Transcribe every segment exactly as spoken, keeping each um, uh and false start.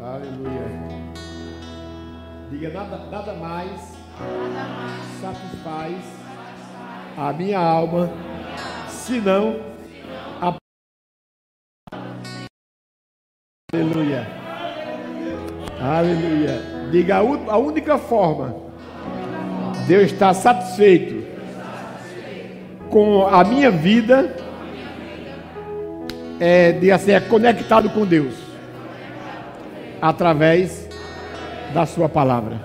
Aleluia. Diga, nada, nada mais, nada mais satisfaz a minha alma, senão a... Aleluia. Aleluia. Diga, a, a única forma de eu estar satisfeito com a minha vida é de ser conectado com Deus através da sua palavra.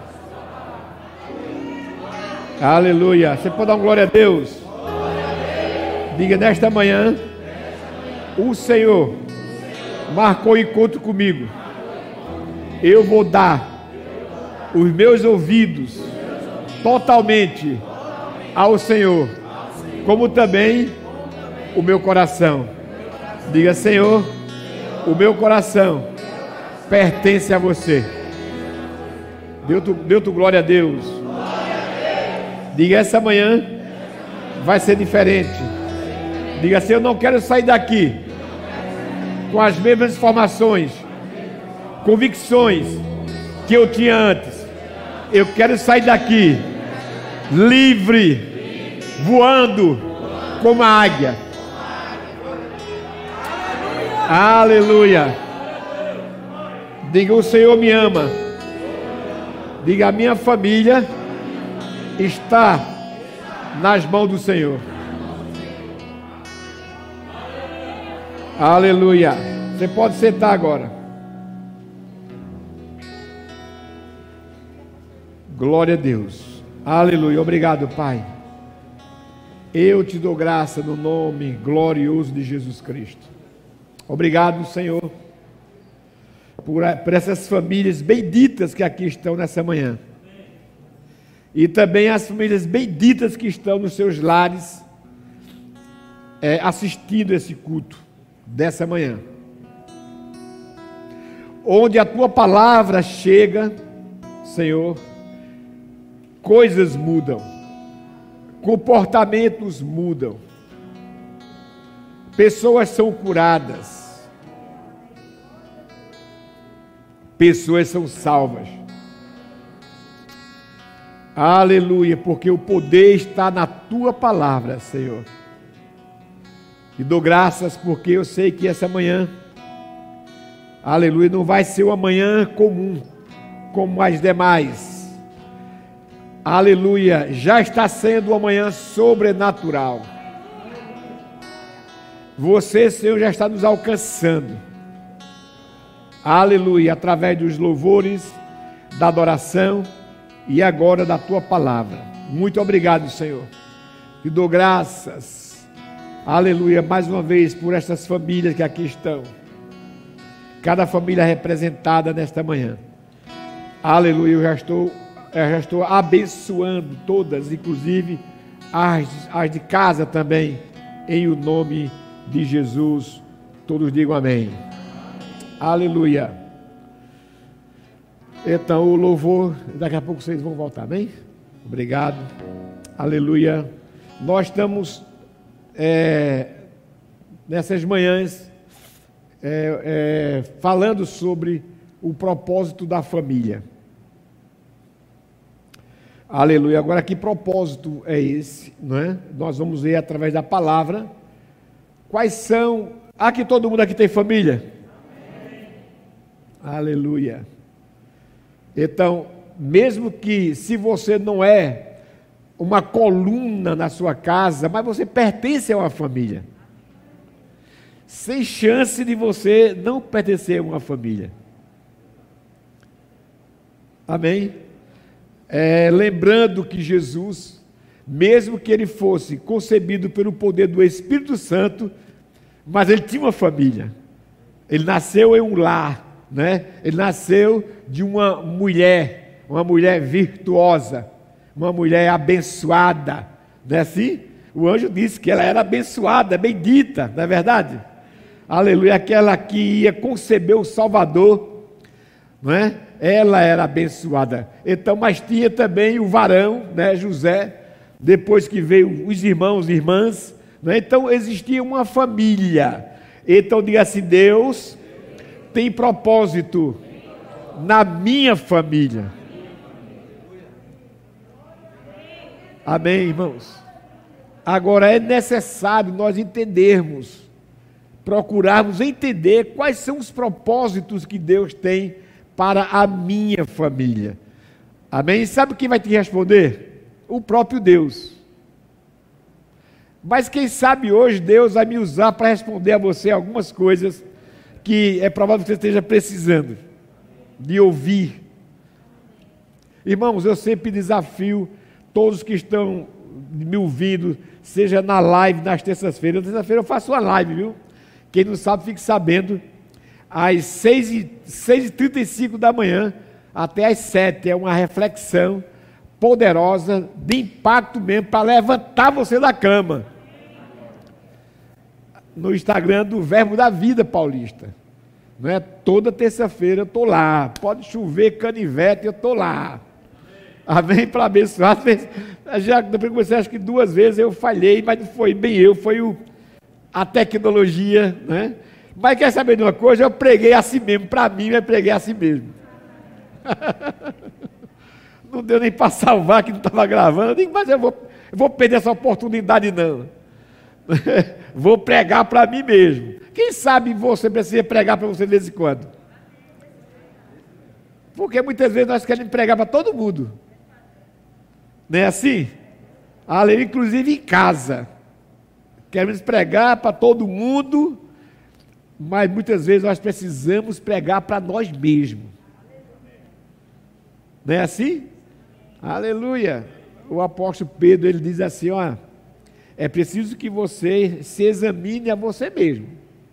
Aleluia. Você pode dar uma glória a Deus? Diga, nesta manhã o Senhor marcou encontro comigo. Eu vou dar os meus ouvidos totalmente ao Senhor, como também o meu coração. Diga, Senhor, o meu coração pertence a você. Deu tu, deu tu glória a Deus. Diga, essa manhã vai ser diferente. Diga assim, eu não quero sair daqui com as mesmas informações, convicções que eu tinha antes. Eu quero sair daqui livre, voando como a águia. Aleluia. Diga, o Senhor me ama. Diga, a minha família está nas mãos do Senhor. Aleluia. Você pode sentar agora. Glória a Deus. Aleluia. Obrigado, Pai. Eu te dou graça no nome glorioso de Jesus Cristo. Obrigado, Senhor, por, por essas famílias benditas que aqui estão nessa manhã. E também as famílias benditas que estão nos seus lares, é, assistindo esse culto dessa manhã. Onde a tua palavra chega, Senhor, coisas mudam, comportamentos mudam, pessoas são curadas, pessoas são salvas. Aleluia, porque o poder está na tua palavra, Senhor. E dou graças porque eu sei que essa manhã, aleluia, não vai ser uma manhã comum como as demais. Aleluia, já está sendo uma manhã sobrenatural. Você, Senhor, já está nos alcançando. Aleluia, através dos louvores, da adoração e agora da tua palavra. Muito obrigado, Senhor. Te dou graças, aleluia, mais uma vez por estas famílias que aqui estão. Cada família representada nesta manhã. Aleluia, eu já estou, eu já estou abençoando todas, inclusive as, as de casa também, em o nome de Jesus. Todos digam amém. Aleluia. Então o louvor, daqui a pouco vocês vão voltar, bem? Obrigado. Aleluia. Nós estamos é, nessas manhãs é, é, falando sobre o propósito da família. Aleluia. Agora, que propósito é esse, não é? Nós vamos ver através da palavra quais são. Aqui todo mundo aqui tem família? Amém. Aleluia. Então, mesmo que se você não é uma coluna na sua casa, mas você pertence a uma família, sem chance de você não pertencer a uma família. Amém? É, lembrando que Jesus, mesmo que ele fosse concebido pelo poder do Espírito Santo, mas ele tinha uma família. Ele nasceu em um lar, né? Ele nasceu de uma mulher, uma mulher virtuosa, uma mulher abençoada, não é assim? O anjo disse que ela era abençoada, bendita, não é verdade? Aleluia, aquela que ia conceber o Salvador, não é? Ela era abençoada. Então, mas tinha também o varão, né, José, depois que veio os irmãos e irmãs, né? Então existia uma família. Então diga assim, Deus tem propósito na minha família. Amém, irmãos? Agora é necessário nós entendermos, procurarmos entender quais são os propósitos que Deus tem para a minha família. Amém? E sabe quem vai te responder? O próprio Deus. Mas quem sabe hoje Deus vai me usar para responder a você algumas coisas que é provável que você esteja precisando de ouvir. Irmãos, eu sempre desafio todos que estão me ouvindo, seja na live nas terças-feiras. Na terça-feira eu faço uma live, viu? Quem não sabe, fique sabendo. Às seis e trinta e cinco da manhã até às sete. É uma reflexão poderosa, de impacto mesmo, para levantar você da cama. No Instagram do Verbo da Vida Paulista. Não é? Toda terça-feira eu estou lá. Pode chover, canivete, eu estou lá. Amém? Para abençoar. Já depois comecei, acho que duas vezes eu falhei, mas não foi bem eu, foi o, a tecnologia, né? Mas quer saber de uma coisa? Eu preguei assim mesmo, para mim eu preguei assim mesmo. Não deu nem para salvar que não estava gravando. Eu digo, mas eu vou, eu vou perder essa oportunidade não. Vou pregar para mim mesmo. Quem sabe você precisa pregar para você de vez em quando? Porque muitas vezes nós queremos pregar para todo mundo. Não é assim? Aleluia, inclusive em casa. Queremos pregar para todo mundo, mas muitas vezes nós precisamos pregar para nós mesmos. Não é assim? Aleluia. O apóstolo Pedro, ele diz assim, ó, é preciso que você se examine a você mesmo.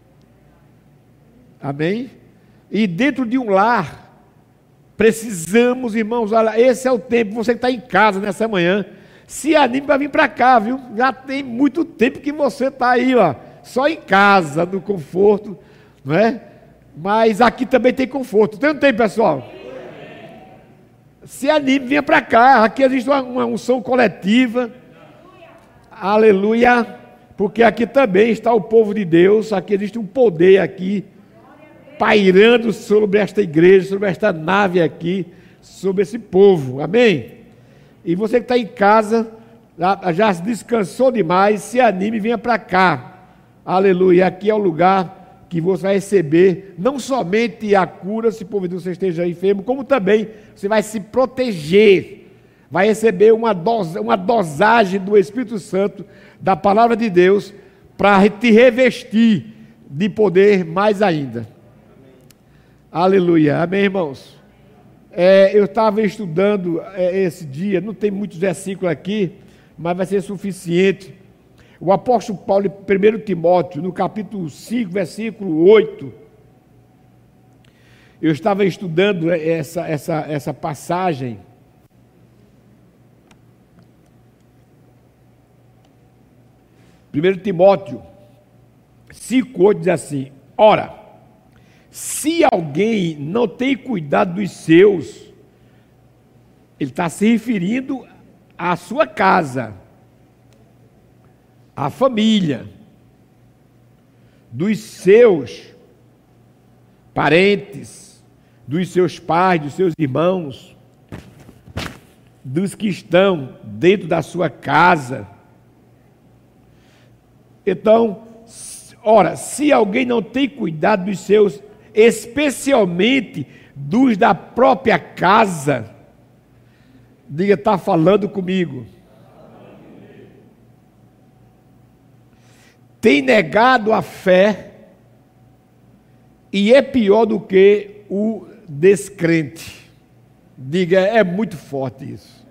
Amém? E dentro de um lar, precisamos, irmãos, olha, esse é o tempo, você que está em casa nessa manhã, se anime para vir para cá, viu? Já tem muito tempo que você está aí, ó, só em casa, no conforto, não é? Mas aqui também tem conforto, tem ou não tem, pessoal? Se anime, venha para cá, aqui existe uma, uma unção coletiva, aleluia, porque aqui também está o povo de Deus, aqui existe um poder aqui, pairando sobre esta igreja, sobre esta nave aqui, sobre esse povo, amém? E você que está em casa, já, já se descansou demais, se anime e venha para cá, aleluia, aqui é o lugar que você vai receber, não somente a cura, se porventura você esteja enfermo, como também você vai se proteger, vai receber uma, dos, uma dosagem do Espírito Santo, da palavra de Deus, para te revestir de poder mais ainda. Aleluia, amém, irmãos? É, eu estava estudando é, esse dia, não tem muitos versículos aqui, mas vai ser suficiente. O apóstolo Paulo, em primeiro Timóteo, no capítulo cinco, versículo oito, eu estava estudando essa, essa, essa passagem. primeiro Timóteo cinco, oito diz assim, ora, se alguém não tem cuidado dos seus, ele está se referindo à sua casa, à família, dos seus parentes, dos seus pais, dos seus irmãos, dos que estão dentro da sua casa. Então, ora, se alguém não tem cuidado dos seus, especialmente dos da própria casa, diga, está falando comigo. Tem negado a fé e é pior do que o descrente. Diga, é muito forte isso.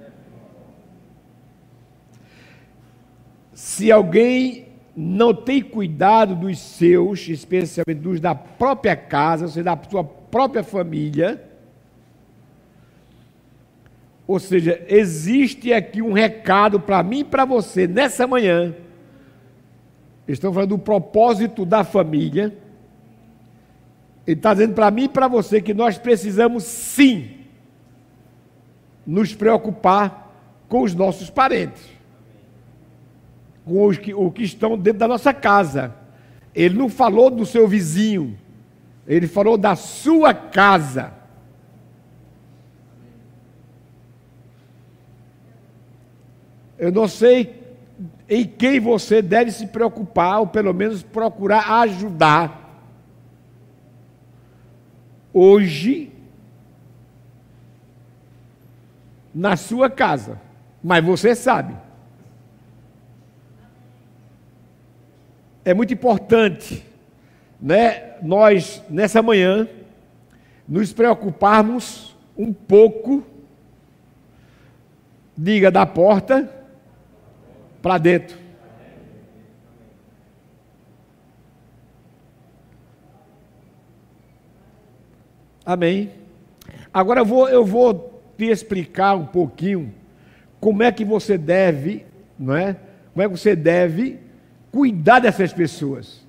Se alguém não tem cuidado dos seus, especialmente dos da própria casa, ou seja, da sua própria família, ou seja, existe aqui um recado para mim e para você nessa manhã. Estamos falando do propósito da família. Ele está dizendo para mim e para você que nós precisamos sim nos preocupar com os nossos parentes, com os que, os que estão dentro da nossa casa. Ele não falou do seu vizinho, ele falou da sua casa. Eu não sei em quem você deve se preocupar, ou pelo menos procurar ajudar. Hoje, na sua casa. Mas você sabe. É muito importante, né, nós, nessa manhã, nos preocuparmos um pouco, diga, da porta para dentro. Amém. Agora eu vou, eu vou te explicar um pouquinho como é que você deve, não é? Como é que você deve cuidar dessas pessoas.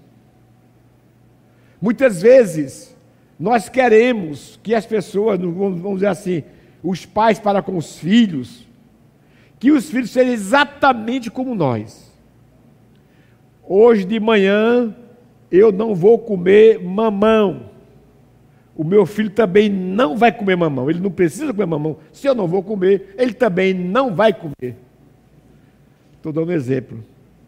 Muitas vezes nós queremos que as pessoas, vamos dizer assim, os pais para com os filhos, que os filhos sejam exatamente como nós. Hoje de manhã eu não vou comer mamão. O meu filho também não vai comer mamão. Ele não precisa comer mamão. Se eu não vou comer, ele também não vai comer. Estou dando um exemplo.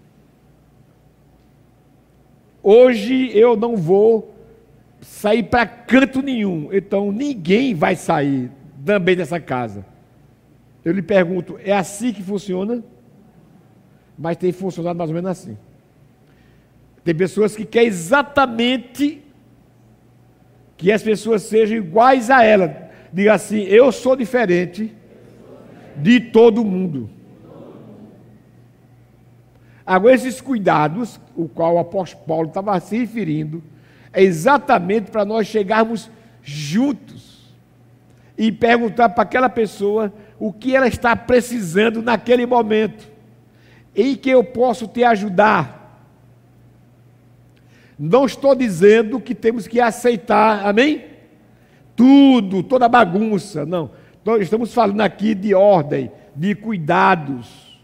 Hoje eu não vou sair para canto nenhum. Então ninguém vai sair também dessa casa. Eu lhe pergunto, é assim que funciona? Mas tem funcionado mais ou menos assim. Tem pessoas que querem exatamente que as pessoas sejam iguais a ela. Diga assim, eu sou diferente de todo mundo. Agora, esses cuidados, o qual o apóstolo Paulo estava se referindo, é exatamente para nós chegarmos juntos e perguntar para aquela pessoa o que ela está precisando naquele momento, em que eu posso te ajudar. Não estou dizendo que temos que aceitar, amém? Tudo, toda bagunça, não. Nós estamos falando aqui de ordem, de cuidados.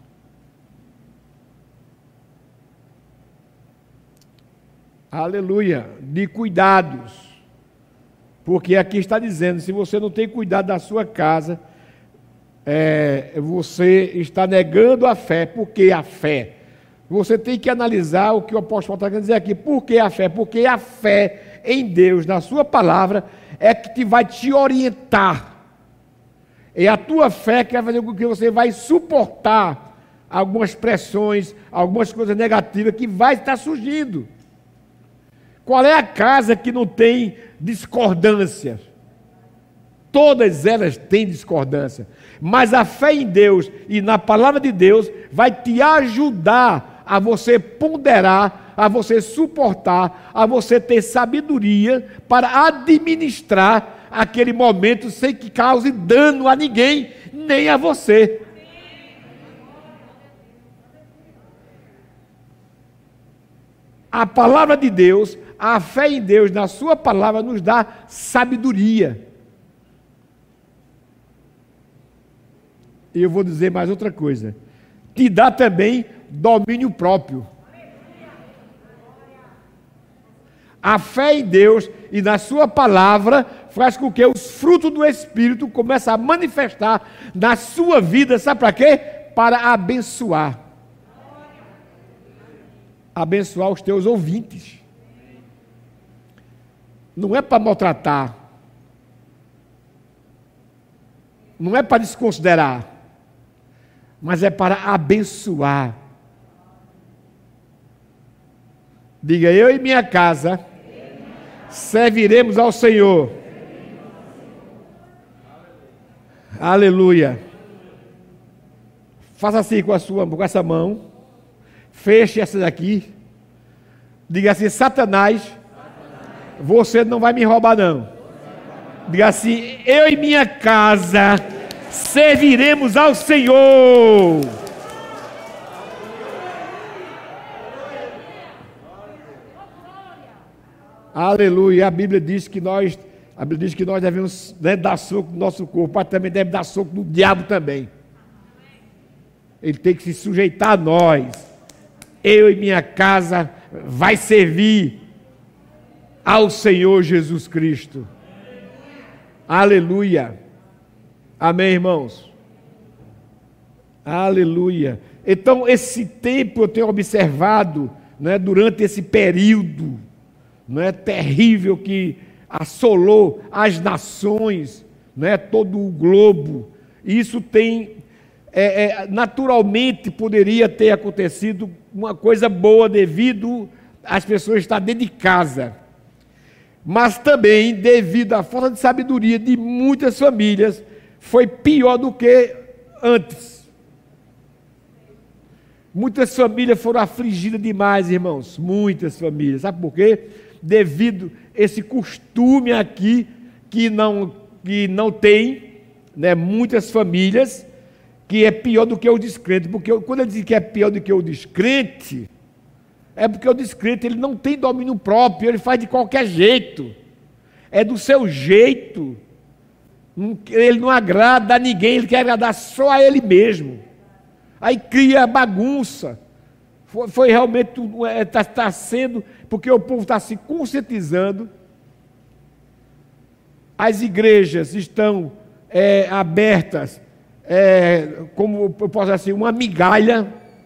Aleluia, de cuidados. Porque aqui está dizendo, se você não tem cuidado da sua casa, é, você está negando a fé. Por que a fé? Você tem que analisar o que o apóstolo está querendo dizer aqui. Por que a fé? Porque a fé em Deus, na sua palavra, é que te vai te orientar. É a tua fé que vai fazer com que você vai suportar algumas pressões, algumas coisas negativas que vai estar surgindo. Qual é a casa que não tem discordância? Todas elas têm discordância. Mas a fé em Deus e na palavra de Deus vai te ajudar a você ponderar, a você suportar, a você ter sabedoria para administrar aquele momento sem que cause dano a ninguém, nem a você. A palavra de Deus, a fé em Deus, na sua palavra, nos dá sabedoria. E eu vou dizer mais outra coisa. Te dá também domínio próprio. A fé em Deus e na sua palavra faz com que os frutos do Espírito comecem a manifestar na sua vida. Sabe para quê? Para abençoar. Abençoar os teus ouvintes. Não é para maltratar. Não é para desconsiderar. Mas é para abençoar. Diga, eu e minha casa serviremos ao Senhor. Aleluia. Faça assim com a sua, com essa mão. Feche essa daqui. Diga assim, Satanás, você não vai me roubar não. Diga assim, eu e minha casa serviremos ao Senhor. Aleluia. A Bíblia diz que nós, a Bíblia diz que nós devemos, né, dar soco no nosso corpo, mas também deve dar soco no diabo também. Ele tem que se sujeitar a nós. Eu e minha casa vai servir ao Senhor Jesus Cristo. Aleluia. Amém, irmãos? Aleluia. Então, esse tempo eu tenho observado, né, durante esse período, né, terrível que assolou as nações, né, todo o globo. Isso tem, é, é, naturalmente poderia ter acontecido uma coisa boa devido às pessoas estar dentro de casa. Mas também, devido à falta de sabedoria de muitas famílias, foi pior do que antes. Muitas famílias foram afligidas demais, irmãos. Muitas famílias. Sabe por quê? Devido a esse costume aqui que não, que não tem, né, muitas famílias, que é pior do que o descrente. Porque quando eu digo que é pior do que o descrente, é porque o descrente ele não tem domínio próprio, ele faz de qualquer jeito. É do seu jeito. Ele não agrada a ninguém, ele quer agradar só a ele mesmo. Aí cria bagunça. Foi, foi realmente, está tá sendo, porque o povo está se conscientizando. As igrejas estão é, abertas, é, como eu posso dizer assim, uma migalha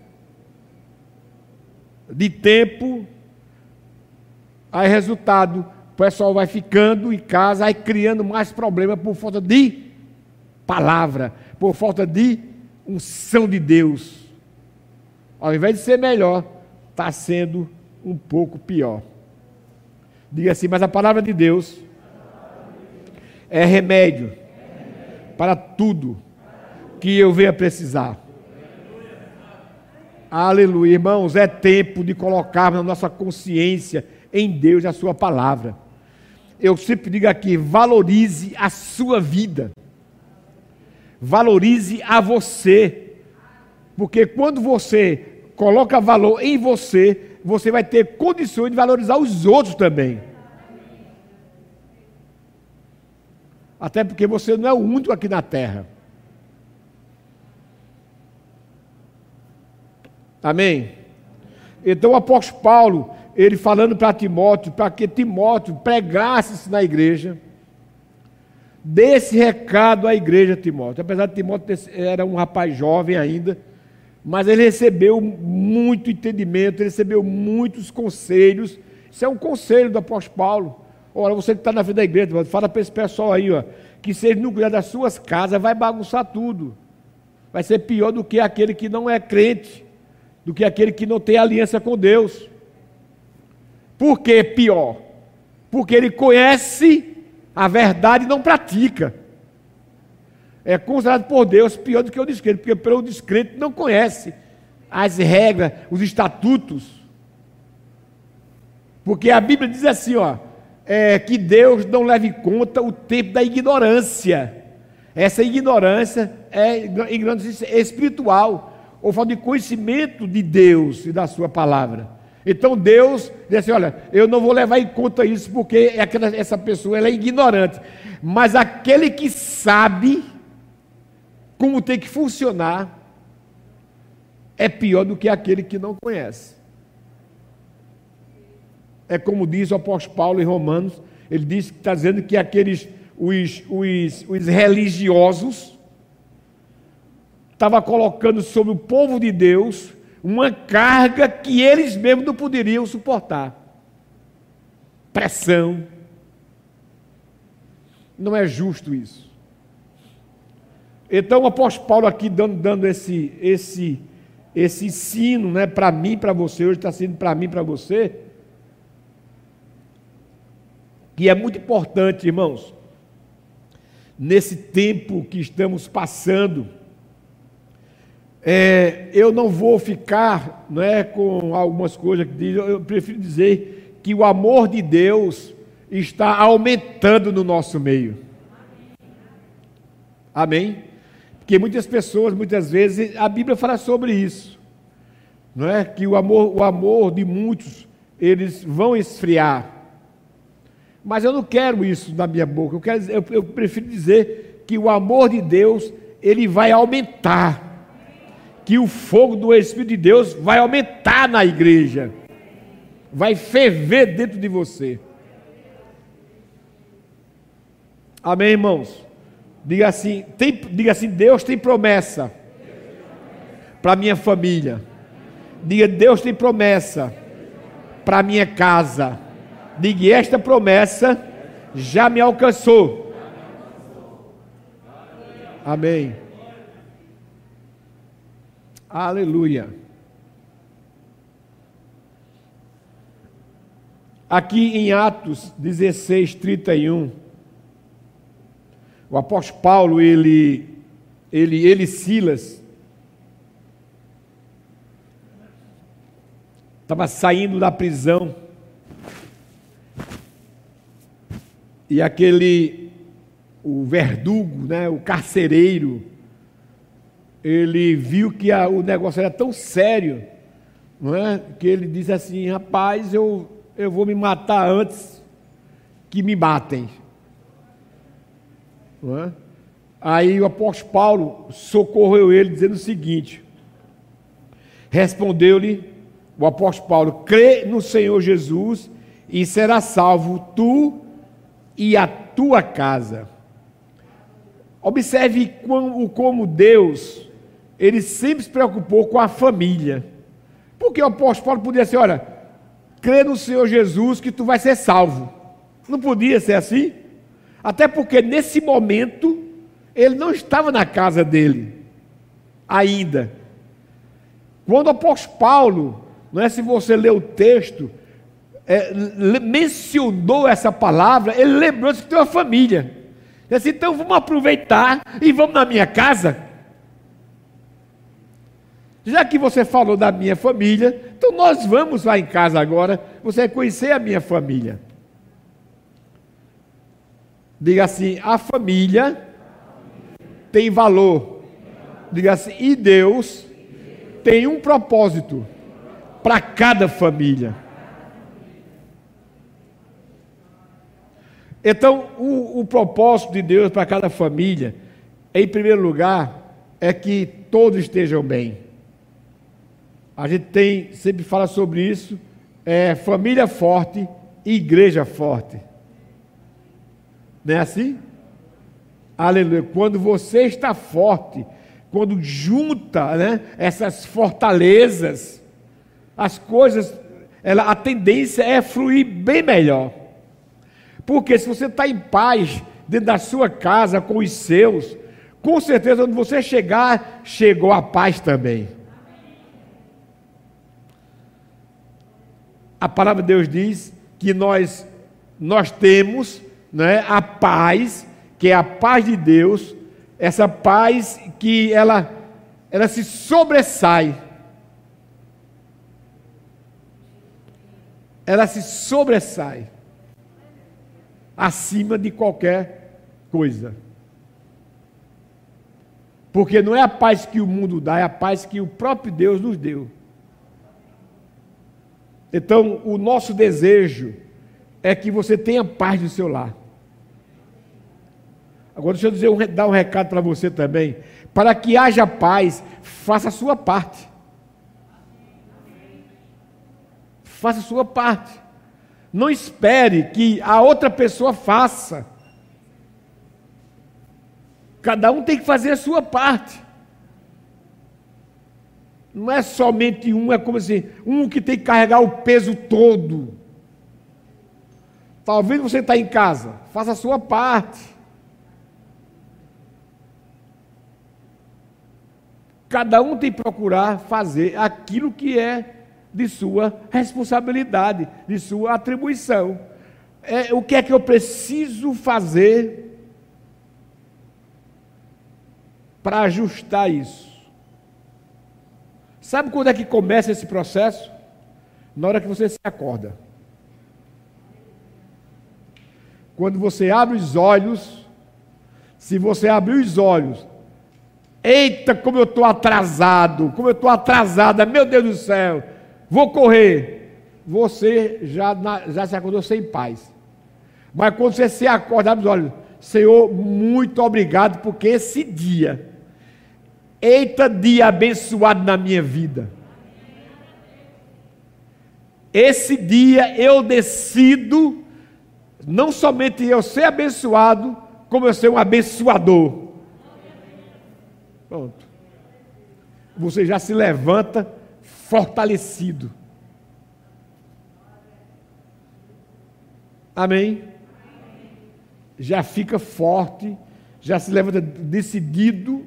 de tempo. Aí, resultado, o pessoal vai ficando em casa, aí criando mais problemas por falta de palavra, por falta de unção de Deus. Ao invés de ser melhor, está sendo um pouco pior. Diga assim, mas a palavra de Deus é remédio para tudo que eu venha precisar. Aleluia, irmãos, é tempo de colocarmos na nossa consciência em Deus a sua palavra. Eu sempre digo aqui, valorize a sua vida. Valorize a você, porque quando você coloca valor em você, você vai ter condições de valorizar os outros também. Até porque você não é o único aqui na terra. Amém? Então o apóstolo Paulo, ele falando para Timóteo, para que Timóteo pregasse isso na igreja, dê esse recado à igreja, Timóteo. Apesar de Timóteo era um rapaz jovem ainda, mas ele recebeu muito entendimento, ele recebeu muitos conselhos. Isso é um conselho do apóstolo Paulo. Ora, você que está na vida da igreja, fala para esse pessoal aí, ó, que se ele não cuidar das suas casas, vai bagunçar tudo. Vai ser pior do que aquele que não é crente, do que aquele que não tem aliança com Deus. Por que pior? Porque ele conhece a verdade não pratica. É considerado por Deus pior do que o descrente, porque pelo descrente não conhece as regras, os estatutos. Porque a Bíblia diz assim, ó, é, que Deus não leva em conta o tempo da ignorância. Essa ignorância é ignorância espiritual, ou falta de conhecimento de Deus e da sua palavra. Então Deus diz assim, olha, eu não vou levar em conta isso porque aquela, essa pessoa ela é ignorante. Mas aquele que sabe como tem que funcionar é pior do que aquele que não conhece. É como diz o apóstolo Paulo em Romanos, ele diz que está dizendo que aqueles, os, os, os religiosos estavam colocando sobre o povo de Deus uma carga que eles mesmos não poderiam suportar. Pressão. Não é justo isso. Então o apóstolo Paulo aqui dando, dando esse, esse, esse ensino, né, para mim, para você, hoje está sendo para mim, para você, que é muito importante, irmãos, nesse tempo que estamos passando. É, eu não vou ficar, não é, com algumas coisas que dizem, eu prefiro dizer que o amor de Deus está aumentando no nosso meio. Amém? Porque muitas pessoas, muitas vezes, a Bíblia fala sobre isso, não é? Que o amor, o amor de muitos, eles vão esfriar. Mas eu não quero isso na minha boca, eu, quero, eu, eu prefiro dizer que o amor de Deus, ele vai aumentar. Que o fogo do Espírito de Deus vai aumentar na igreja, vai ferver dentro de você. Amém, irmãos? Diga assim, tem, diga assim, Deus tem promessa para minha família. Diga, Deus tem promessa para minha casa. Diga, esta promessa já me alcançou. Amém. Aleluia. Aqui em Atos dezesseis, trinta e um, o apóstolo Paulo, ele, ele, ele e Silas, estava saindo da prisão, e aquele, o verdugo, né, o carcereiro, ele viu que a, o negócio era tão sério, não é, que ele disse assim, rapaz, eu, eu vou me matar antes que me matem. Não é? Aí o apóstolo Paulo socorreu ele, dizendo o seguinte, respondeu-lhe o apóstolo Paulo, crê no Senhor Jesus e será salvo tu e a tua casa. Observe como, como Deus, ele sempre se preocupou com a família. Porque o apóstolo Paulo podia ser, olha, crê no Senhor Jesus que tu vai ser salvo. Não podia ser assim? Até porque nesse momento, ele não estava na casa dele, ainda. Quando o apóstolo Paulo, não é, se você ler o texto, é, mencionou essa palavra, ele lembrou-se que tem uma família. Ele disse, então vamos aproveitar e vamos na minha casa. Já que você falou da minha família, então nós vamos lá em casa agora, você vai conhecer a minha família. Diga assim, a família tem valor. Diga assim, e Deus tem um propósito para cada família. Então, o, o propósito de Deus para cada família, em primeiro lugar, é que todos estejam bem. A gente tem, sempre fala sobre isso, é família forte e igreja forte. Não é assim? Aleluia. Quando você está forte, quando junta, né, essas fortalezas, as coisas, ela, a tendência é fluir bem melhor. Porque se você está em paz dentro da sua casa com os seus, com certeza quando você chegar, chegou a paz também. A palavra de Deus diz que nós, nós temos, né, a paz, que é a paz de Deus, essa paz que ela, ela se sobressai. Ela se sobressai acima de qualquer coisa. Porque não é a paz que o mundo dá, é a paz que o próprio Deus nos deu. Então, o nosso desejo é que você tenha paz no seu lar. Agora, deixa eu dizer um, dar um recado para você também. Para que haja paz, faça a sua parte. Faça a sua parte. Não espere que a outra pessoa faça. Cada um tem que fazer a sua parte. Não é somente um, é como assim, um que tem que carregar o peso todo. Talvez você está em casa, faça a sua parte. Cada um tem que procurar fazer aquilo que é de sua responsabilidade, de sua atribuição. É, o que é que eu preciso fazer para ajustar isso? Sabe quando é que começa esse processo? Na hora que você se acorda. Quando você abre os olhos, se você abrir os olhos, eita, como eu estou atrasado, como eu estou atrasada, meu Deus do céu, vou correr. Você já, já se acordou sem paz. Mas quando você se acorda, abre os olhos, Senhor, muito obrigado, porque esse dia, eita dia abençoado na minha vida. Esse dia eu decido, não somente eu ser abençoado, como eu ser um abençoador. Pronto. você já se levanta fortalecido. Amém? Já fica forte, já se levanta decidido.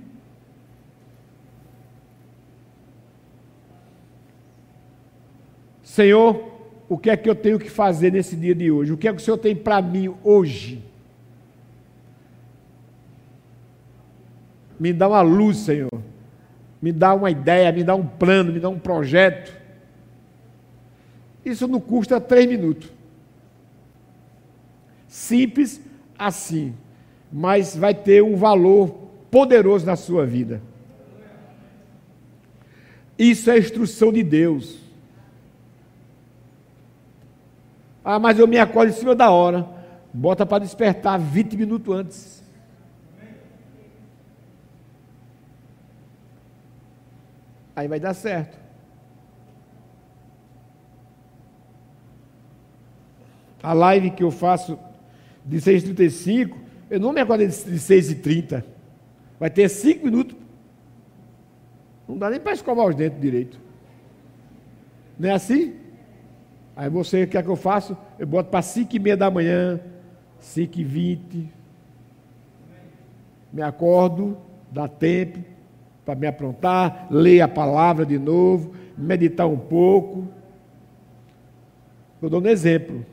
Senhor, o que é que eu tenho que fazer nesse dia de hoje? O que é que o Senhor tem para mim hoje? Me dá uma luz, Senhor. Me dá uma ideia, me dá um plano, me dá um projeto. Isso não custa três minutos. Simples assim, mas vai ter um valor poderoso na sua vida. Isso é a instrução de Deus. Ah, mas eu me acordo em cima da hora. Bota para despertar vinte minutos antes. Aí vai dar certo. A live que eu faço de seis e trinta e cinco, eu não me acordo de seis e trinta. Vai ter cinco minutos. Não dá nem para escovar os dentes direito. Não é assim? Aí você, o que é que eu faço? Eu boto para cinco e meia da manhã, cinco e vinte. Me acordo, dá tempo para me aprontar, ler a palavra de novo, meditar um pouco. Estou dando exemplo.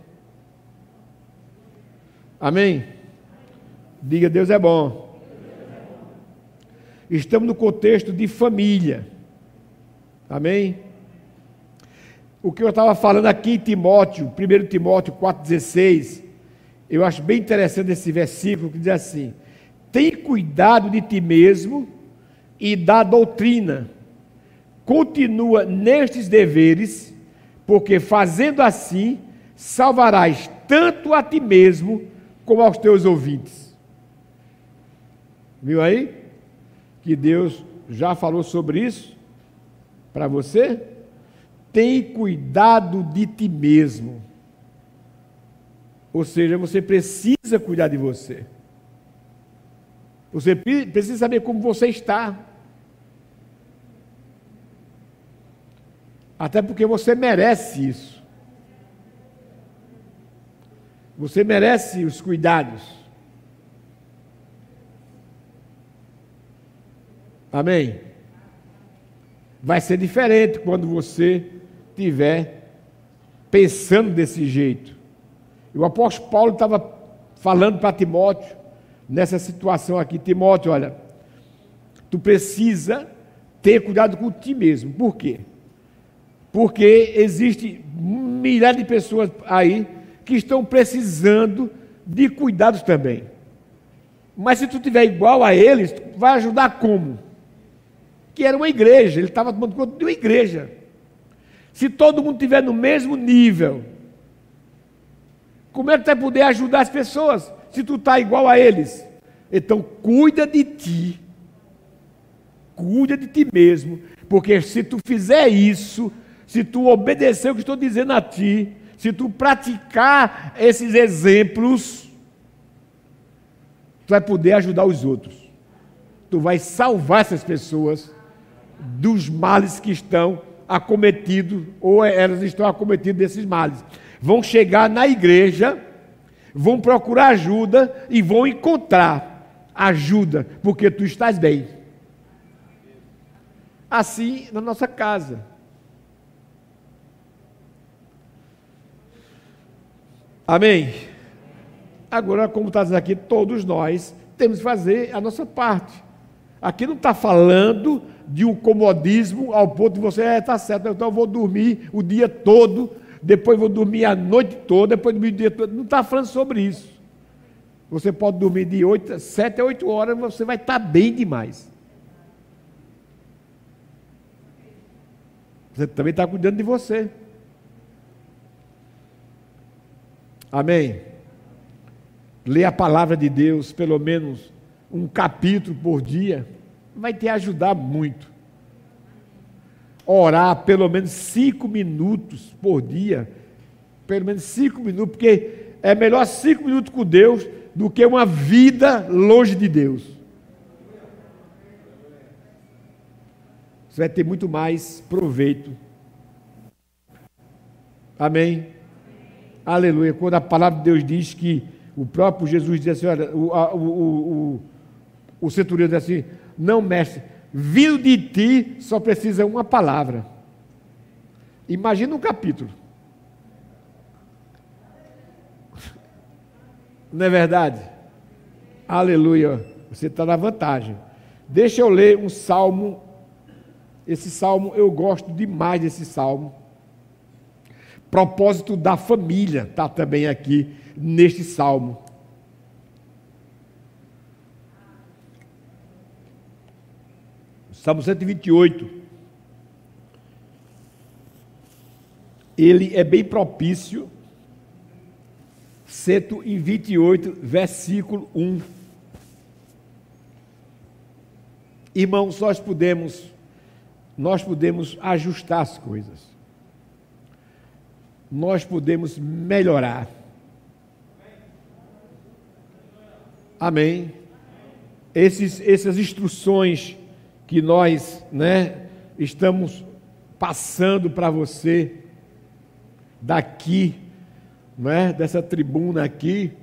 Amém? Diga, Deus é bom. Estamos no contexto de família. Amém? O que eu estava falando aqui em Timóteo, primeiro Timóteo quatro dezesseis, eu acho bem interessante esse versículo que diz assim: tem cuidado de ti mesmo e da doutrina, continua nestes deveres, porque fazendo assim, salvarás tanto a ti mesmo, como aos teus ouvintes. Viu aí? Que Deus já falou sobre isso para você? Tem cuidado de ti mesmo. Ou seja, você precisa cuidar de você. Você precisa saber como você está. Até porque você merece isso. Você merece os cuidados. Amém? Vai ser diferente quando você estiver pensando desse jeito. E o apóstolo Paulo estava falando para Timóteo, nessa situação aqui: Timóteo, olha, tu precisa ter cuidado com ti mesmo. Por quê? Porque existe milhares de pessoas aí que estão precisando de cuidados também. Mas se tu tiver igual a eles, tu vai ajudar como? Que era uma igreja, ele estava tomando conta de uma igreja. Se todo mundo estiver no mesmo nível, como é que tu vai poder ajudar as pessoas, se tu está igual a eles? Então, cuida de ti, cuida de ti mesmo, porque se tu fizer isso, se tu obedecer o que estou dizendo a ti, se tu praticar esses exemplos, tu vai poder ajudar os outros. Tu vai salvar essas pessoas dos males que estão acometidos, ou elas estão acometidas desses males. Vão chegar na igreja, vão procurar ajuda e vão encontrar ajuda, porque tu estás bem. Assim na nossa casa. Amém? Agora, como está dizendo aqui, todos nós temos que fazer a nossa parte. Aqui não está falando de um comodismo ao ponto de você, é, está certo, então eu vou dormir o dia todo, depois vou dormir a noite toda, depois dormir o dia todo. Não está falando sobre isso. Você pode dormir de oito, sete a oito horas, você vai estar bem demais. Você também está cuidando de você. Amém? Ler a palavra de Deus, pelo menos um capítulo por dia, vai te ajudar muito. Orar pelo menos cinco minutos por dia, pelo menos cinco minutos, porque é melhor cinco minutos com Deus do que uma vida longe de Deus. você vai ter muito mais proveito. Amém? Aleluia. Quando a palavra de Deus diz que o próprio Jesus diz assim, olha, o, a, o, o, o, o centurião diz assim, não, mestre, vindo de ti só precisa uma palavra. Imagina um capítulo. Não é verdade? Aleluia. Você está na vantagem. Deixa eu ler um salmo. Esse salmo, eu gosto demais desse salmo. Propósito da família está também aqui neste salmo. Salmo cento e vinte e oito. Ele é bem propício. cento e vinte e oito, versículo um. Irmãos, nós podemos, nós podemos ajustar as coisas. Nós podemos melhorar. Amém? Esses, essas instruções que nós, né, estamos passando para você daqui, né, dessa tribuna aqui,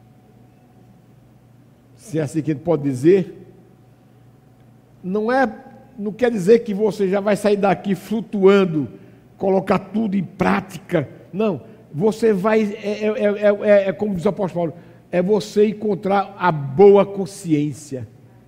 se é assim que a gente pode dizer, não é, não quer dizer que você já vai sair daqui flutuando, colocar tudo em prática. Não, você vai, é, é, é, é, é como diz o apóstolo Paulo, é você encontrar a boa consciência.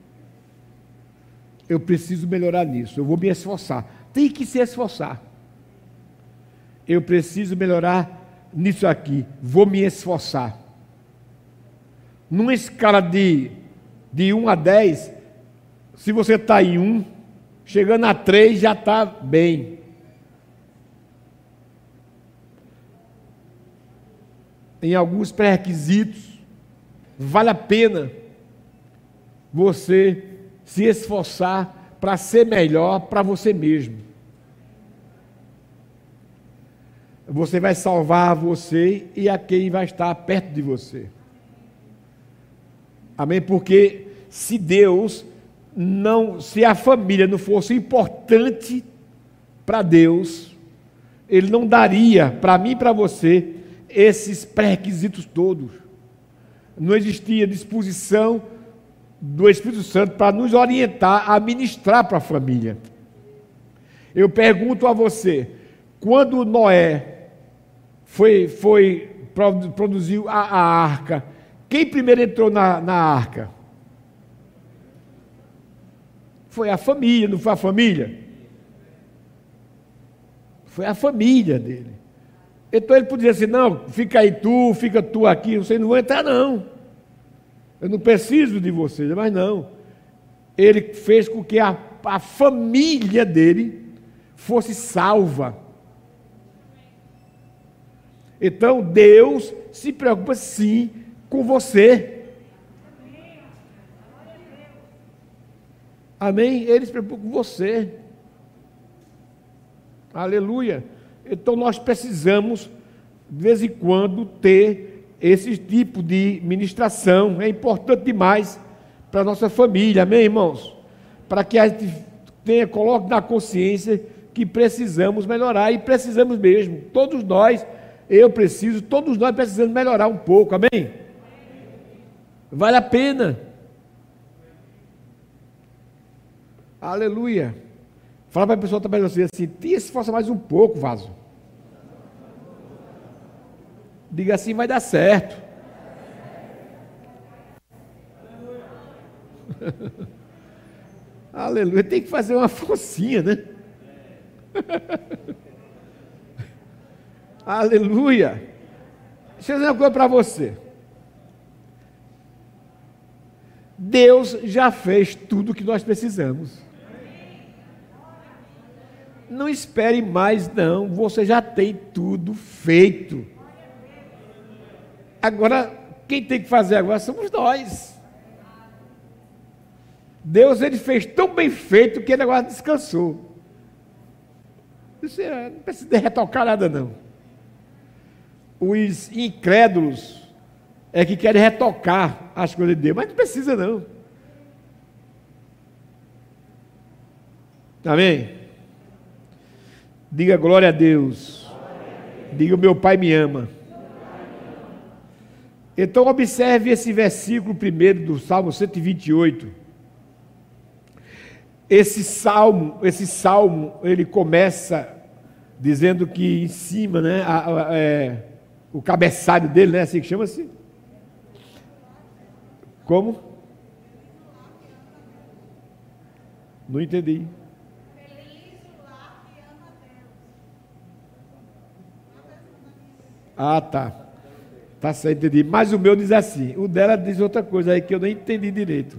Eu preciso melhorar nisso, eu vou me esforçar. Tem que se esforçar. Eu preciso melhorar nisso aqui, vou me esforçar. Numa escala de, de um a dez, se você está em um, chegando a três já está bem. Em alguns pré-requisitos, vale a pena você se esforçar para ser melhor para você mesmo. Você vai salvar você e a quem vai estar perto de você. Amém? Porque se Deus não, se a família não fosse importante para Deus, Ele não daria para mim e para você esses pré-requisitos todos. Não existia disposição do Espírito Santo para nos orientar a ministrar para a família. Eu pergunto a você, quando Noé foi, foi produziu a, a arca, quem primeiro entrou na, na arca? Foi a família, não foi a família? Foi a família dele. Então ele podia dizer assim, não, fica aí tu, fica tu aqui, vocês não vão entrar não. Eu não preciso de vocês, mas não. Ele fez com que a, a família dele fosse salva. Então Deus se preocupa sim com você. Amém? Ele se preocupa com você. Aleluia. Então nós precisamos, de vez em quando, ter esse tipo de ministração. É importante demais para a nossa família, amém, irmãos? Para que a gente tenha, coloque na consciência que precisamos melhorar, e precisamos mesmo. Todos nós, eu preciso, todos nós precisamos melhorar um pouco, amém? Vale a pena. Aleluia. Fala para a pessoa também assim, assim, te esforça mais um pouco, vaso. Diga assim, vai dar certo. Aleluia. Tem que fazer uma forcinha, né? Aleluia. Deixa eu dizer uma coisa para você. Deus já fez tudo o que nós precisamos. Não espere mais, não. Você já tem tudo feito. Agora, quem tem que fazer agora somos nós. Deus, Ele fez tão bem feito que Ele agora descansou. Você não precisa retocar nada, não. Os incrédulos é que querem retocar as coisas de Deus, mas não precisa, não. Amém? Diga glória a Deus. Diga, o meu Pai me ama. Então observe esse versículo primeiro do Salmo cento e vinte e oito. Esse salmo, esse salmo, ele começa dizendo que em cima, né, a, a, é, o cabeçalho dele, né, assim que chama-se? Como? Não entendi. Ah, tá. Tá certo, entendi. Mas o meu diz assim, o dela diz outra coisa aí que eu nem entendi direito.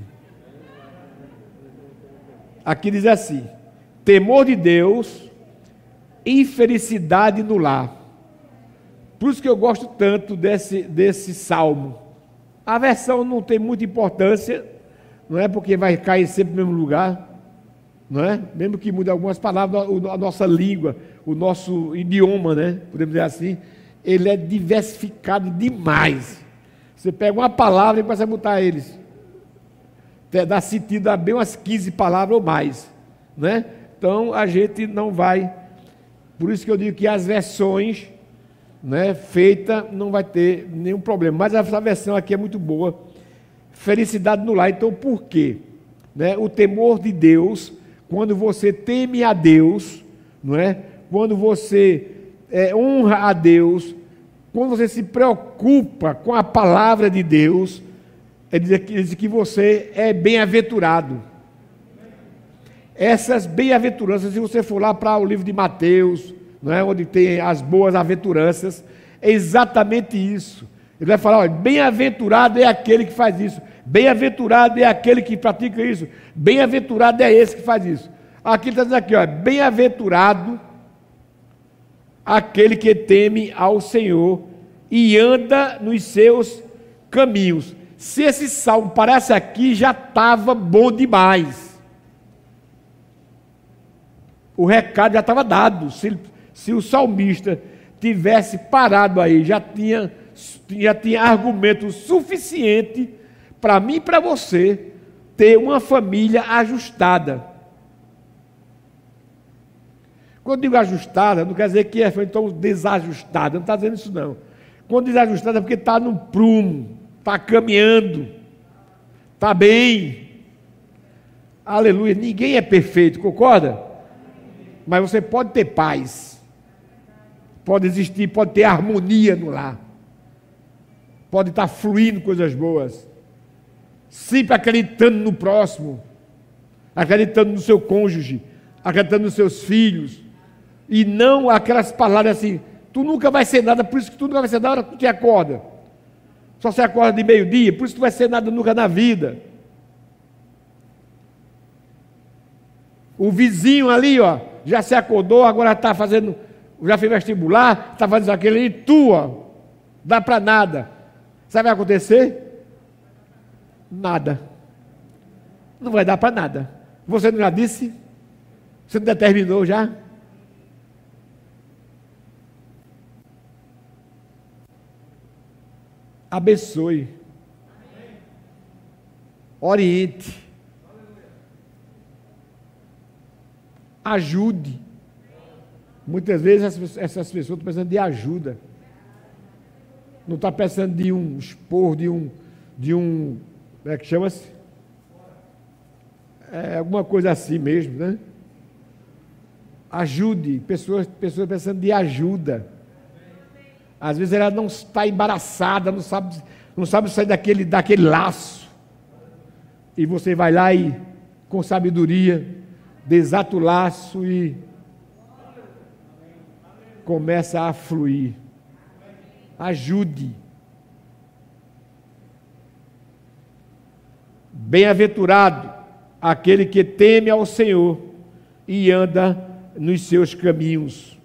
Aqui diz assim: temor de Deus e felicidade no lar. Por isso que eu gosto tanto desse, desse salmo. A versão não tem muita importância, não é porque vai cair sempre no mesmo lugar, não é? Mesmo que mude algumas palavras, a nossa língua, o nosso idioma, né? Podemos dizer assim, ele é diversificado demais. Você pega uma palavra e começa a botar eles. Dá sentido a bem umas quinze palavras ou mais, né? Então a gente não vai. Por isso que eu digo que as versões, né, feita não vai ter nenhum problema. Mas essa versão aqui é muito boa. Felicidade no lar. Então por quê? Né? O temor de Deus, quando você teme a Deus, não é? Quando você é, honra a Deus, quando você se preocupa com a palavra de Deus, é dizer que, diz que você é bem-aventurado. Essas bem-aventuranças, se você for lá para o livro de Mateus, não é, onde tem as boas aventuranças, é exatamente isso. Ele vai falar, olha, bem-aventurado é aquele que faz isso, bem-aventurado é aquele que pratica isso, bem-aventurado é esse que faz isso. Aqui está dizendo aqui, ó, bem-aventurado aquele que teme ao Senhor e anda nos seus caminhos. Se esse salmo parece aqui, já estava bom demais. O recado já estava dado. Se, se o salmista tivesse parado aí, já tinha, já tinha argumento suficiente para mim e para você ter uma família ajustada. Quando digo ajustada, não quer dizer que é então desajustada, não está dizendo isso não. Quando desajustada é porque está no prumo, está caminhando, está bem. Aleluia, ninguém é perfeito, concorda? Mas você pode ter paz, pode existir, pode ter harmonia no lar, pode estar fluindo coisas boas, sempre acreditando no próximo, acreditando no seu cônjuge, acreditando nos seus filhos, e não aquelas palavras assim, tu nunca vai ser nada, por isso que tu nunca vai ser nada na hora que tu te acorda, só se acorda de meio-dia, por isso que tu vai ser nada nunca na vida. O vizinho ali, ó, já se acordou, agora está fazendo, já fez vestibular, está fazendo aquilo, e tu, ó, dá para nada. Sabe o que vai acontecer? Nada. Não vai dar para nada. Você não já disse? Você não determinou já? Abençoe. Oriente. Ajude. Muitas vezes essas pessoas estão precisando de ajuda. Não está precisando de um expor, de um, de um, como é que chama-se? É alguma coisa assim mesmo, né? Ajude, pessoas, pessoas precisando de ajuda. Às vezes ela não está embaraçada, não sabe, não sabe sair daquele, daquele laço. E você vai lá e, com sabedoria, desata o laço e começa a fluir. Ajude. Bem-aventurado aquele que teme ao Senhor e anda nos seus caminhos.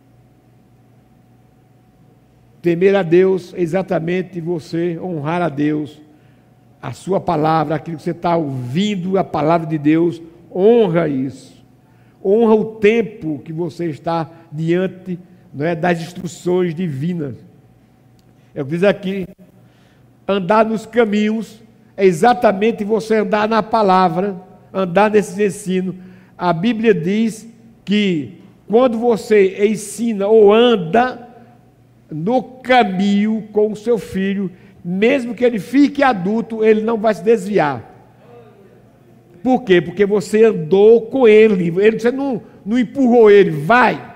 Temer a Deus é exatamente você honrar a Deus, a sua palavra, aquilo que você está ouvindo, a palavra de Deus, honra isso. Honra o tempo que você está diante, não é, das instruções divinas. É o que diz aqui, andar nos caminhos é exatamente você andar na palavra, andar nesses ensinos. A Bíblia diz que quando você ensina ou anda no caminho com o seu filho, mesmo que ele fique adulto, ele não vai se desviar. Por quê? Porque você andou com ele, ele você não, não empurrou ele, vai.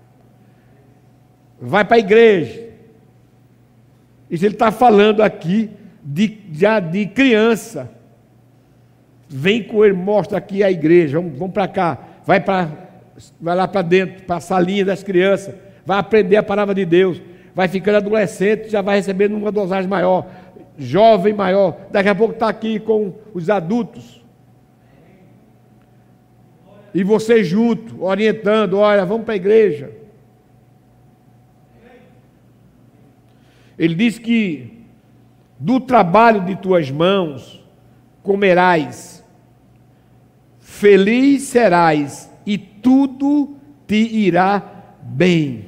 Vai para a igreja. Isso ele está falando aqui de, já de criança. Vem com ele, mostra aqui a igreja, vamos, vamos para cá, vai, pra, vai lá para dentro, para a salinha das crianças, vai aprender a palavra de Deus, vai ficando adolescente, já vai recebendo uma dosagem maior, jovem maior, daqui a pouco está aqui com os adultos. E você junto, orientando, olha, vamos para a igreja. Ele diz que do trabalho de tuas mãos comerás, feliz serás e tudo te irá bem.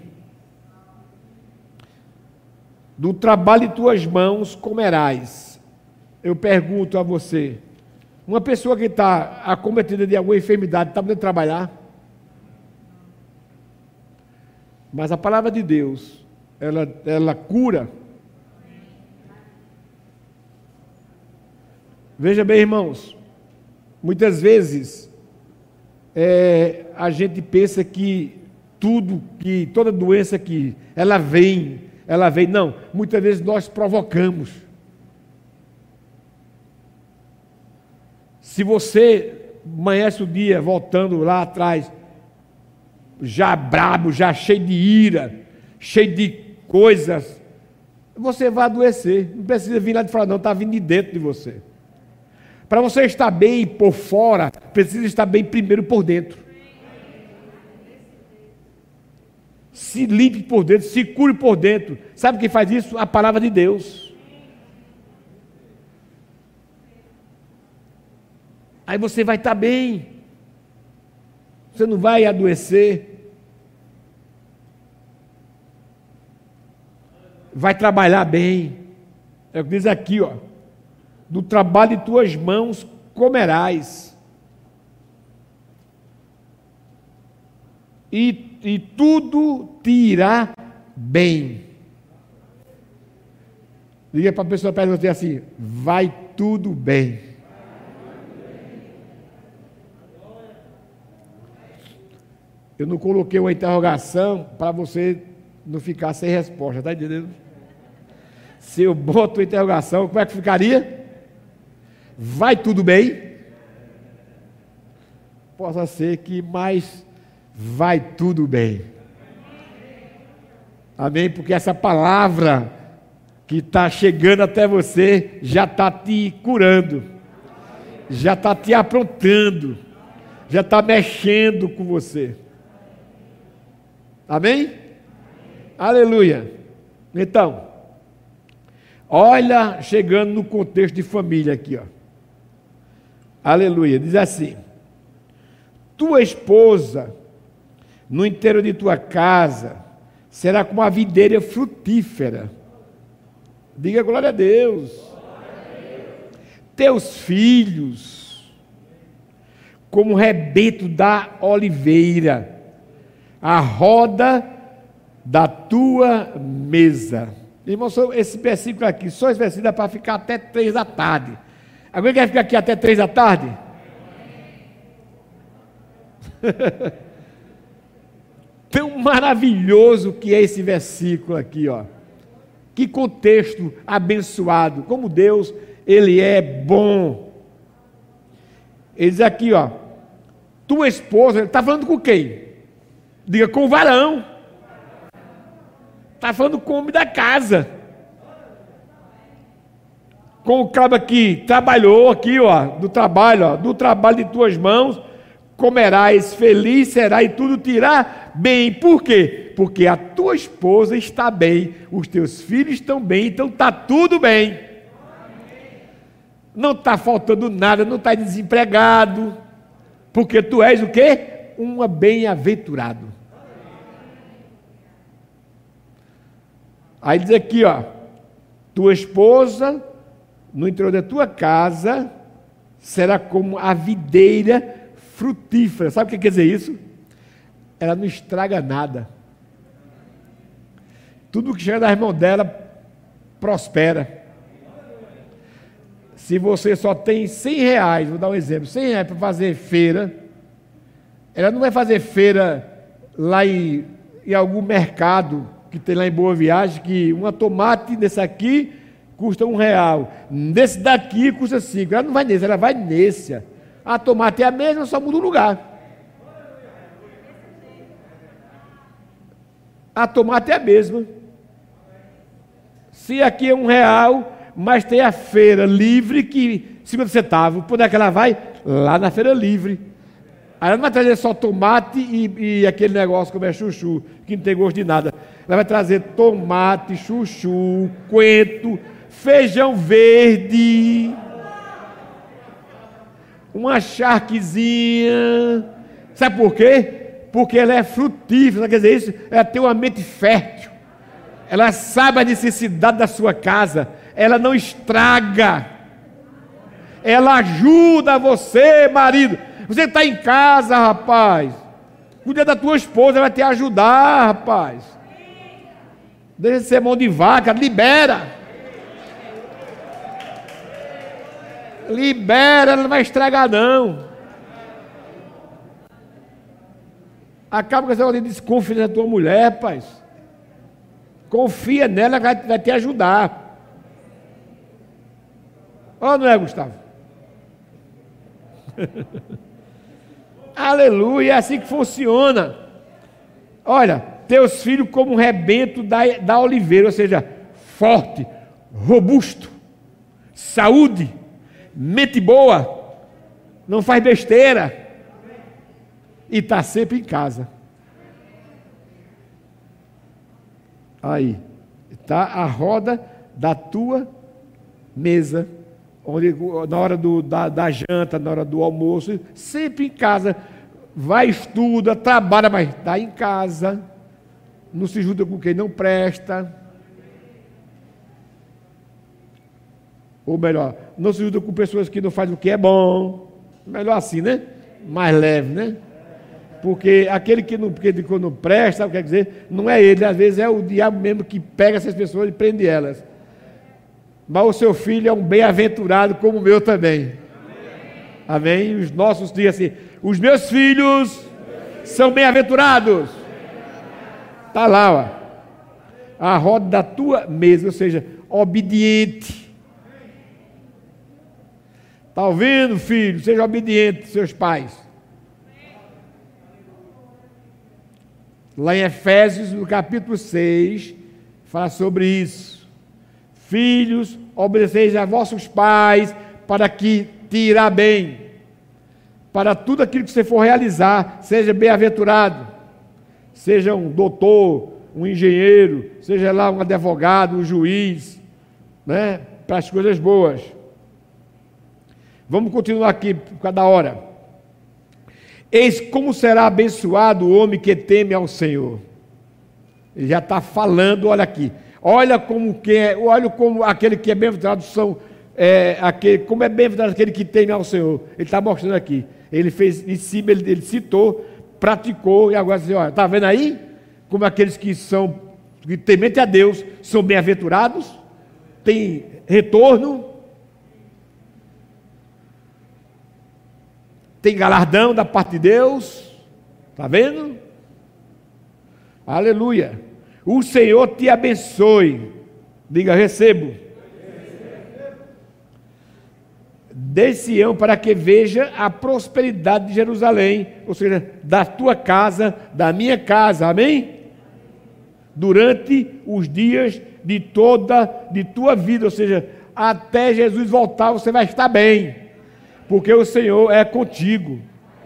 Do trabalho de tuas mãos comerás. Eu pergunto a você, uma pessoa que está acometida de alguma enfermidade, está podendo trabalhar? Mas a palavra de Deus, ela, ela cura. Veja bem, irmãos, muitas vezes é, a gente pensa que tudo, que toda doença que ela vem, ela vem, não, muitas vezes nós provocamos. Se você amanhece o dia voltando lá atrás, já brabo, já cheio de ira, cheio de coisas, você vai adoecer. Não precisa vir lá de fora não, está vindo de dentro de você. Para você estar bem por fora, precisa estar bem primeiro por dentro. Se limpe por dentro, se cure por dentro. Sabe quem faz isso? A palavra de Deus. Aí você vai estar bem. Você não vai adoecer. Vai trabalhar bem. É o que diz aqui, ó. Do trabalho de tuas mãos comerás. E, e tudo te irá bem. Diga para a pessoa perto de você assim, vai tudo bem. Eu não coloquei uma interrogação para você não ficar sem resposta, está entendendo? Se eu boto uma interrogação, como é que ficaria? Vai tudo bem? Possa ser que, mas vai tudo bem. Amém? Porque essa palavra que está chegando até você já está te curando, já está te aprontando, já está mexendo com você. Amém? Aleluia. Então, olha, chegando no contexto de família aqui, ó. Aleluia. Diz assim: tua esposa, no interior de tua casa, será como a videira frutífera. Diga glória a Deus. Glória a Deus. Teus filhos, como o rebento da oliveira, a roda da tua mesa. Irmão, esse versículo aqui, só esse versículo é para ficar até três da tarde. Alguém quer ficar aqui até três da tarde? Tão maravilhoso que é esse versículo aqui, ó. Que contexto abençoado, como Deus, Ele é bom. Ele diz aqui, ó, tua esposa, ele está falando com quem? Diga, com o varão. Está falando com o homem da casa. Com o cara que trabalhou aqui, ó, do trabalho, ó, do trabalho de tuas mãos, comerás, feliz será e tudo te irá bem. Por quê? Porque a tua esposa está bem, os teus filhos estão bem, então está tudo bem. Não está faltando nada, não está desempregado, porque tu és o quê? Um bem-aventurado. Aí diz aqui, ó, tua esposa, no interior da tua casa, será como a videira frutífera. Sabe o que quer dizer isso? ela não estraga nada. Tudo que chega das mãos dela prospera. Se você só tem cem reais, vou dar um exemplo, cem reais para fazer feira, ela não vai fazer feira lá em, em algum mercado que tem lá em Boa Viagem, que uma tomate desse aqui custa um real, desse daqui custa cinco. Ela não vai nesse, ela vai nesse. A tomate é a mesma, só muda o lugar. A tomate é a mesma. Se aqui é um real, mas tem a feira livre que cinquenta centavos. Por onde é que ela vai? Lá na feira livre. Aí ela não vai trazer só tomate e, e aquele negócio como é chuchu, que não tem gosto de nada. Ela vai trazer tomate, chuchu, coentro, feijão verde, uma charquezinha. Sabe por quê? Porque ela é frutífera, quer dizer isso, ela tem uma mente fértil. Ela sabe a necessidade da sua casa, ela não estraga. Ela ajuda você, marido. Você está em casa, rapaz. Cuida da tua esposa, ela vai te ajudar, rapaz. Deixa de ser mão de vaca, libera. Libera, ela não vai estragar, não. Acaba com essa ordem de desconfiança da tua mulher, rapaz. Confia nela, ela vai te ajudar. Ou não é, Gustavo? Aleluia, é assim que funciona. Olha, teus filhos como um rebento da, da oliveira, ou seja, forte, robusto, saúde, mente boa, não faz besteira e está sempre em casa. Aí, está a roda da tua mesa, onde, na hora do, da, da janta, na hora do almoço, sempre em casa. Vai, estuda, trabalha, mas está em casa. Não se junta com quem não presta. Ou melhor, não se junta com pessoas que não fazem o que é bom. Melhor assim, né? Mais leve, né? Porque aquele que não, que não presta, sabe o que quer dizer? Não é ele, às vezes é o diabo mesmo que pega essas pessoas e prende elas. Mas o seu filho é um bem-aventurado como o meu também. Amém? Amém? Os nossos dizem assim, os meus filhos são bem-aventurados. Está lá, ó. A roda da tua mesa, ou seja, obediente. Está ouvindo, filho? Seja obediente, seus pais. Lá em Efésios, no capítulo seis, fala sobre isso. Filhos, obedeceis a vossos pais, para que te irá bem. Para tudo aquilo que você for realizar, seja bem-aventurado. Seja um doutor, um engenheiro, seja lá um advogado, um juiz, né? Para as coisas boas. Vamos continuar aqui por cada hora. Eis como será abençoado o homem que teme ao Senhor. Ele já está falando, olha aqui. Olha como que é, olha como aquele que é bem-aventurado são, é, aquele, como é bem-aventurado aquele que teme ao Senhor. Ele está mostrando aqui. Ele fez em cima, ele, ele citou, praticou, e agora assim, olha, está vendo aí? Como aqueles que são, que temente a Deus, são bem-aventurados, tem retorno, tem galardão da parte de Deus, está vendo? Aleluia. O Senhor te abençoe. Diga, recebo. De Sião, para que veja a prosperidade de Jerusalém, ou seja, da tua casa, da minha casa, amém? Durante os dias de toda, de tua vida, ou seja, até Jesus voltar, você vai estar bem, porque o Senhor é contigo.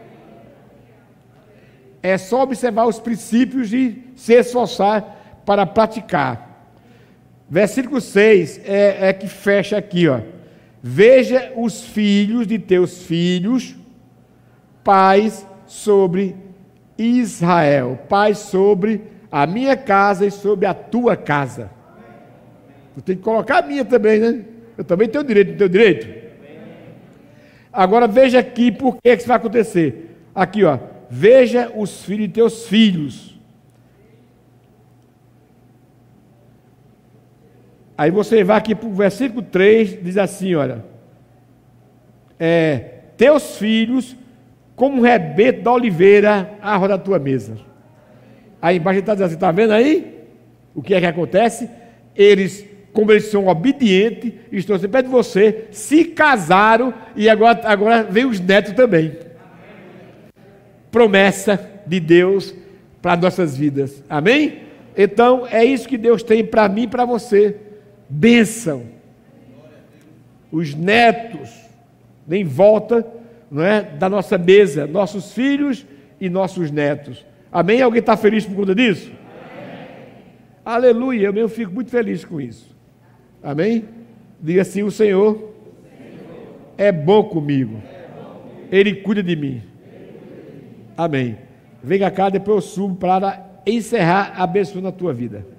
É só observar os princípios e se esforçar para praticar. Versículo seis é, é que fecha aqui, ó. Veja os filhos de teus filhos, pais sobre Israel, pais sobre a minha casa e sobre a tua casa. Tu tem que colocar a minha também, né? Eu também tenho direito, não tenho direito? Agora veja aqui por que isso vai acontecer. Aqui, ó. veja os filhos de teus filhos. Aí você vai aqui para o versículo três, diz assim, olha, é, teus filhos, como um rebento da oliveira, à roda da tua mesa. Aí embaixo ele está dizendo assim, está vendo aí? O que é que acontece? Eles, como eles são obedientes, estão sempre perto de você, se casaram e agora, agora vem os netos também. Promessa de Deus para nossas vidas. Amém? Então, é isso que Deus tem para mim e para você. Bênção. Os netos em volta, não é, da nossa mesa, nossos filhos e nossos netos. Amém? Alguém está feliz por conta disso? Amém. Aleluia, eu mesmo fico muito feliz com isso. Amém? Diga assim, o Senhor, o Senhor é bom comigo. É bom comigo. Ele cuida de mim. Amém. Venha cá, depois eu subo para encerrar a bênção na tua vida.